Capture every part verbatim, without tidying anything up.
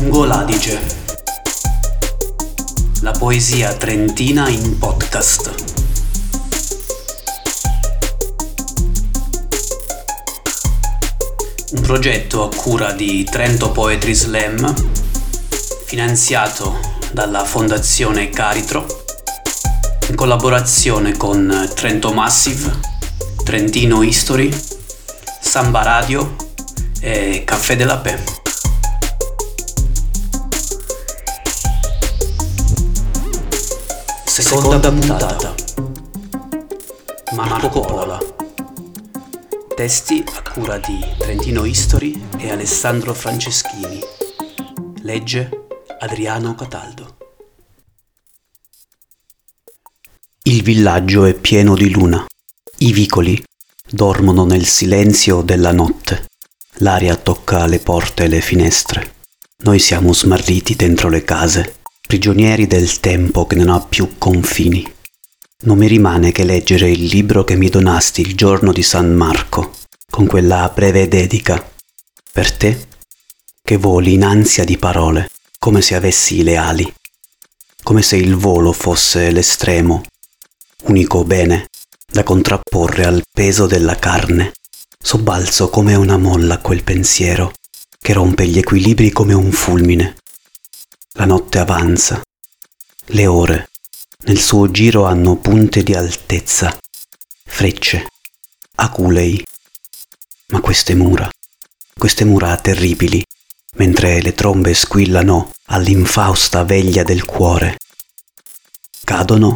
Lungo l'Adige. La poesia trentina in podcast. Un progetto a cura di Trento Poetry Slam, finanziato dalla Fondazione Caritro, in collaborazione con Trento Massive, Trentino History, Samba Radio e Caffè della Pe. Seconda puntata. Marco Pola. Testi a cura di Trentino History e Alessandro Franceschini. Legge Adriano Cataldo. Il villaggio è pieno di luna. I vicoli dormono nel silenzio della notte. L'aria tocca le porte e le finestre. Noi siamo smarriti dentro le case, prigionieri del tempo che non ha più confini. Non mi rimane che leggere il libro che mi donasti il giorno di San Marco, con quella breve dedica. Per te, che voli in ansia di parole, come se avessi le ali, come se il volo fosse l'estremo, unico bene, da contrapporre al peso della carne. Sobbalzo come una molla quel pensiero, che rompe gli equilibri come un fulmine. La notte avanza. Le ore, nel suo giro, hanno punte di altezza, frecce, aculei. Ma queste mura, queste mura terribili, mentre le trombe squillano all'infausta veglia del cuore, cadono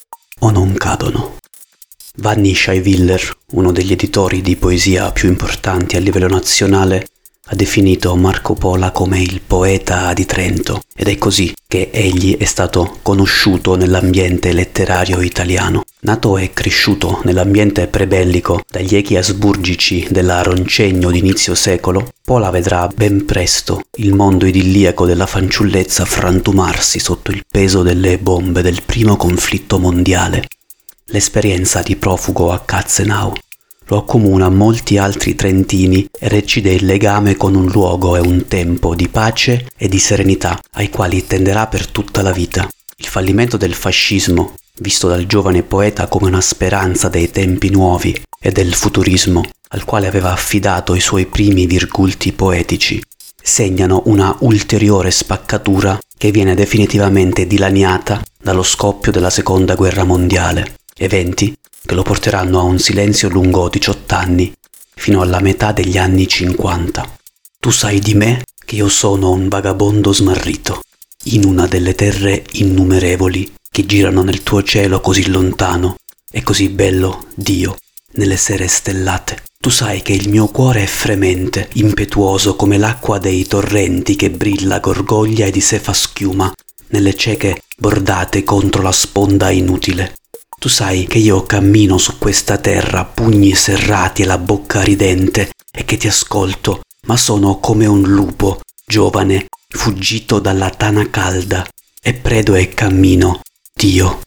o non cadono? Vanni Scheiwiller, uno degli editori di poesia più importanti a livello nazionale, ha definito Marco Pola come il poeta di Trento, ed è così che egli è stato conosciuto nell'ambiente letterario italiano. Nato e cresciuto nell'ambiente prebellico dagli echi asburgici della Roncegno d'inizio secolo, Pola vedrà ben presto il mondo idilliaco della fanciullezza frantumarsi sotto il peso delle bombe del primo conflitto mondiale. L'esperienza di profugo a Katzenau lo accomuna a molti altri trentini e recide il legame con un luogo e un tempo di pace e di serenità ai quali tenderà per tutta la vita. Il fallimento del fascismo, visto dal giovane poeta come una speranza dei tempi nuovi, e del futurismo, al quale aveva affidato i suoi primi virgulti poetici, segnano una ulteriore spaccatura che viene definitivamente dilaniata dallo scoppio della Seconda Guerra Mondiale, eventi che lo porteranno a un silenzio lungo diciotto anni, fino alla metà degli anni cinquanta. Tu sai di me che io sono un vagabondo smarrito, in una delle terre innumerevoli che girano nel tuo cielo così lontano e così bello, Dio, nelle sere stellate. Tu sai che il mio cuore è fremente, impetuoso come l'acqua dei torrenti che brilla, gorgoglia e di sé fa schiuma nelle cieche bordate contro la sponda inutile. Tu sai che io cammino su questa terra a pugni serrati e la bocca ridente e che ti ascolto, ma sono come un lupo, giovane, fuggito dalla tana calda, e predo e cammino, Dio.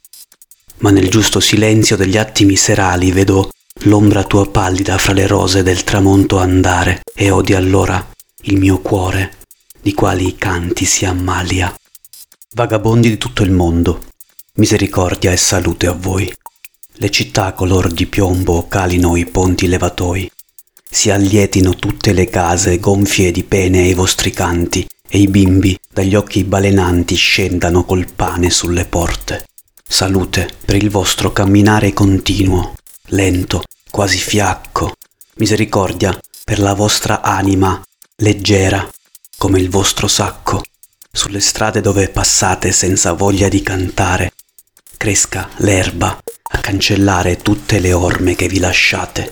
Ma nel giusto silenzio degli attimi serali vedo l'ombra tua pallida fra le rose del tramonto andare, e odi allora il mio cuore, di quali canti si ammalia. Vagabondi di tutto il mondo, misericordia e salute a voi. Le città color di piombo calino i ponti levatoi. Si allietino tutte le case gonfie di pene ai vostri canti, e i bimbi dagli occhi balenanti scendano col pane sulle porte. Salute per il vostro camminare continuo, lento, quasi fiacco. Misericordia per la vostra anima, leggera come il vostro sacco. Sulle strade dove passate senza voglia di cantare, cresca l'erba a cancellare tutte le orme che vi lasciate.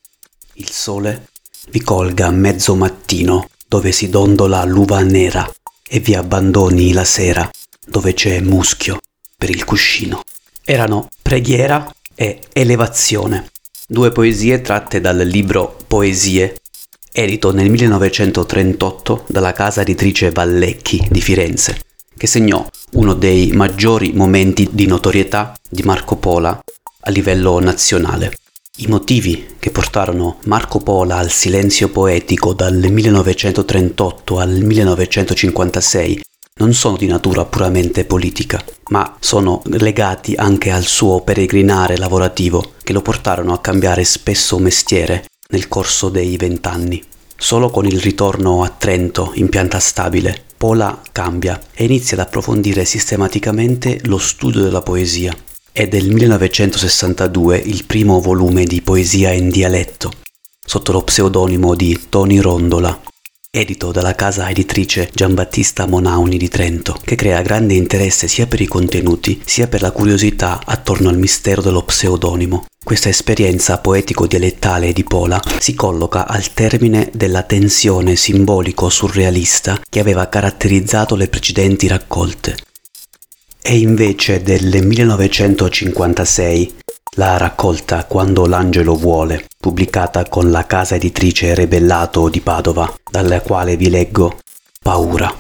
Il sole vi colga a mezzo mattino dove si dondola l'uva nera e vi abbandoni la sera dove c'è muschio per il cuscino. Erano Preghiera e Elevazione, due poesie tratte dal libro Poesie, edito nel millenovecentotrentotto dalla casa editrice Vallecchi di Firenze, che segnò uno dei maggiori momenti di notorietà di Marco Pola a livello nazionale. I motivi che portarono Marco Pola al silenzio poetico dal millenovecentotrentotto al millenovecentocinquantasei non sono di natura puramente politica, ma sono legati anche al suo peregrinare lavorativo che lo portarono a cambiare spesso mestiere nel corso dei vent'anni. Solo con il ritorno a Trento in pianta stabile, Pola cambia e inizia ad approfondire sistematicamente lo studio della poesia. È del millenovecentosessantadue il primo volume di poesia in dialetto, sotto lo pseudonimo di Toni Rondola, edito dalla casa editrice Giambattista Monauni di Trento, che crea grande interesse sia per i contenuti sia per la curiosità attorno al mistero dello pseudonimo. Questa esperienza poetico-dialettale di Pola si colloca al termine della tensione simbolico-surrealista che aveva caratterizzato le precedenti raccolte. È invece del millenovecentocinquantasei la raccolta Quando l'angelo vuole, pubblicata con la casa editrice Rebellato di Padova, dalla quale vi leggo Paura.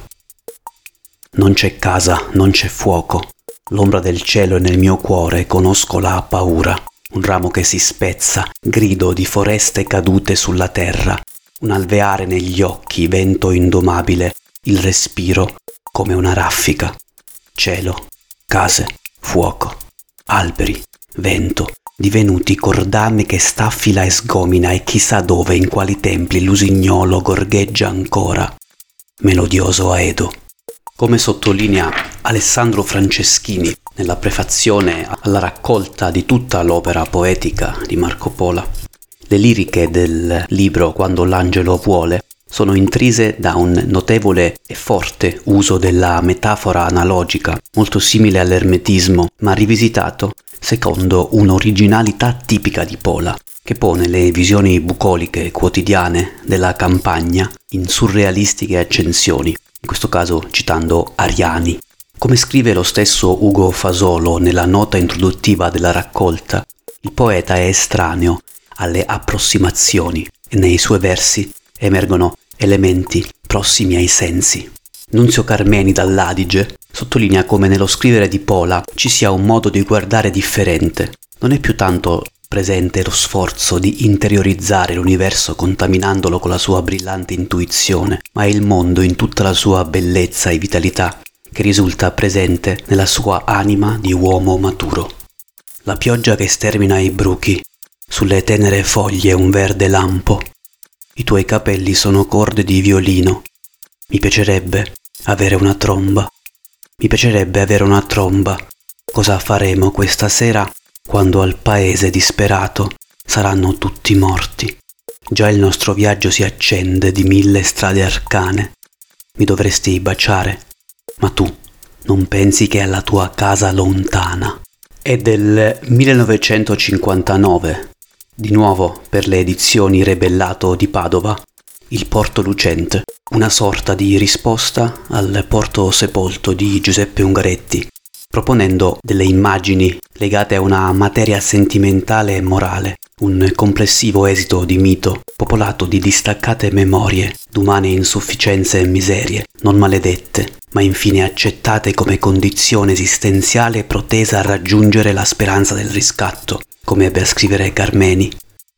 Non c'è casa, non c'è fuoco, l'ombra del cielo è nel mio cuore, conosco la paura. Un ramo che si spezza, grido di foreste cadute sulla terra, un alveare negli occhi, vento indomabile, il respiro come una raffica. Cielo, case, fuoco, alberi, vento, divenuti cordame che staffila e sgomina e chissà dove, in quali templi l'usignolo gorgheggia ancora, melodioso aedo. Come sottolinea Alessandro Franceschini nella prefazione alla raccolta di tutta l'opera poetica di Marco Pola, le liriche del libro Quando l'angelo vuole sono intrise da un notevole e forte uso della metafora analogica, molto simile all'ermetismo, ma rivisitato secondo un'originalità tipica di Pola, che pone le visioni bucoliche quotidiane della campagna in surrealistiche accensioni, in questo caso citando Ariani. Come scrive lo stesso Ugo Fasolo nella nota introduttiva della raccolta, il poeta è estraneo alle approssimazioni e nei suoi versi emergono elementi prossimi ai sensi. Nunzio Carmeni dall'Adige sottolinea come nello scrivere di Pola ci sia un modo di guardare differente. Non è più tanto presente lo sforzo di interiorizzare l'universo contaminandolo con la sua brillante intuizione, ma è il mondo in tutta la sua bellezza e vitalità che risulta presente nella sua anima di uomo maturo. La pioggia che stermina i bruchi, sulle tenere foglie un verde lampo. I tuoi capelli sono corde di violino. Mi piacerebbe avere una tromba. Mi piacerebbe avere una tromba. Cosa faremo questa sera quando al paese disperato saranno tutti morti? Già il nostro viaggio si accende di mille strade arcane. Mi dovresti baciare, ma tu non pensi che è alla tua casa lontana. È del millenovecentocinquantanove, di nuovo per le edizioni Rebellato di Padova, Il Porto Lucente, una sorta di risposta al Porto Sepolto di Giuseppe Ungaretti, proponendo delle immagini legate a una materia sentimentale e morale, un complessivo esito di mito popolato di distaccate memorie, d'umane insufficienze e miserie, non maledette, ma infine accettate come condizione esistenziale protesa a raggiungere la speranza del riscatto, come ebbe a scrivere Carmeni.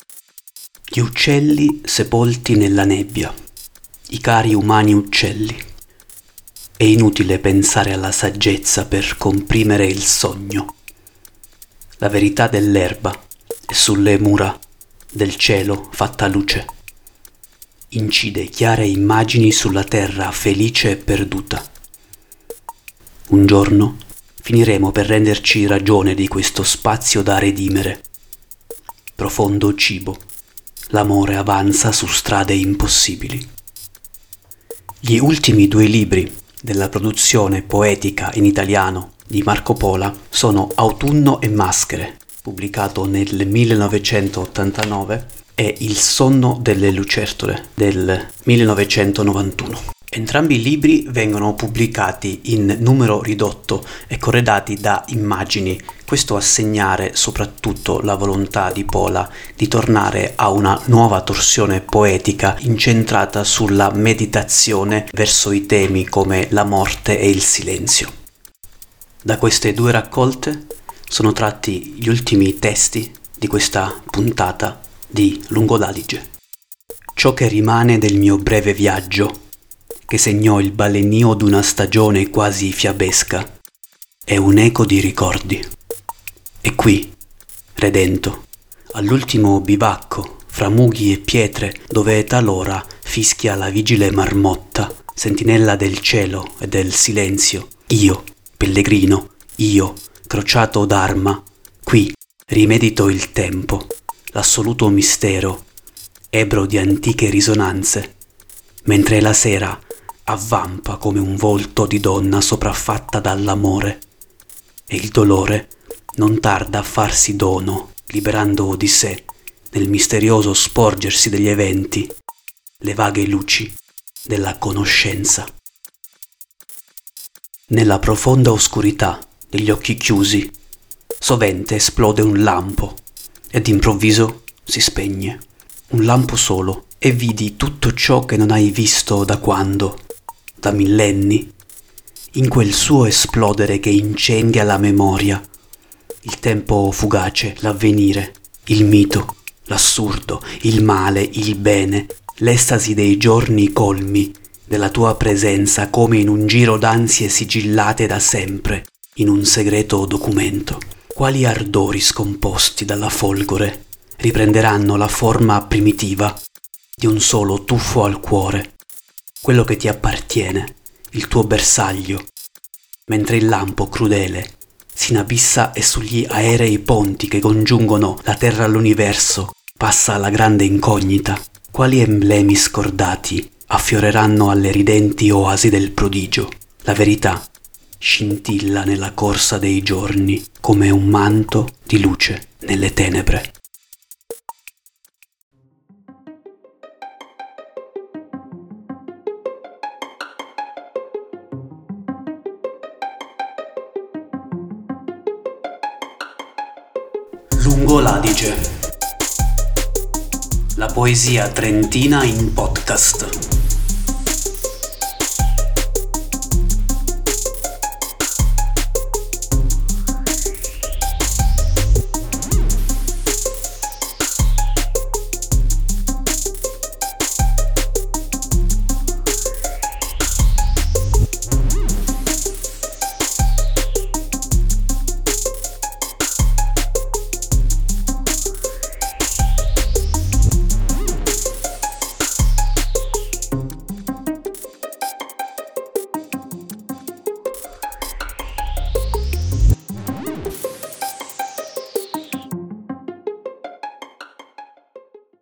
Gli uccelli sepolti nella nebbia, i cari umani uccelli. È inutile pensare alla saggezza per comprimere il sogno. La verità dell'erba è sulle mura del cielo fatta luce. Incide chiare immagini sulla terra felice e perduta. Un giorno finiremo per renderci ragione di questo spazio da redimere. Profondo cibo, l'amore avanza su strade impossibili. Gli ultimi due libri della produzione poetica in italiano di Marco Pola sono Autunno e Maschere, pubblicato nel millenovecentottantanove, e Il sonno delle lucertole del millenovecentonovantuno. Entrambi i libri vengono pubblicati in numero ridotto e corredati da immagini, questo a segnare soprattutto la volontà di Pola di tornare a una nuova torsione poetica incentrata sulla meditazione verso i temi come la morte e il silenzio. Da queste due raccolte sono tratti gli ultimi testi di questa puntata di Lungo l'Adige. Ciò che rimane del mio breve viaggio, che segnò il balenio d'una stagione quasi fiabesca, è un eco di ricordi. E qui, redento, all'ultimo bivacco, fra mughi e pietre, dove talora fischia la vigile marmotta, sentinella del cielo e del silenzio, io, pellegrino, io, crociato d'arma, qui rimedito il tempo, l'assoluto mistero, ebro di antiche risonanze, mentre la sera avvampa come un volto di donna sopraffatta dall'amore, e il dolore non tarda a farsi dono, liberando di sé, nel misterioso sporgersi degli eventi, le vaghe luci della conoscenza. Nella profonda oscurità degli occhi chiusi, sovente esplode un lampo ed improvviso si spegne. Un lampo solo e vidi tutto ciò che non hai visto da quando, da millenni, in quel suo esplodere che incendia la memoria, il tempo fugace, l'avvenire, il mito, l'assurdo, il male, il bene, l'estasi dei giorni colmi della tua presenza come in un giro d'ansie sigillate da sempre in un segreto documento. Quali ardori scomposti dalla folgore riprenderanno la forma primitiva di un solo tuffo al cuore, quello che ti appartiene, il tuo bersaglio, mentre il lampo crudele si inabissa e sugli aerei ponti che congiungono la terra all'universo passa la grande incognita. Quali emblemi scordati affioreranno alle ridenti oasi del prodigio? La verità scintilla nella corsa dei giorni come un manto di luce nelle tenebre. Lungo l'Adige. La poesia trentina in podcast.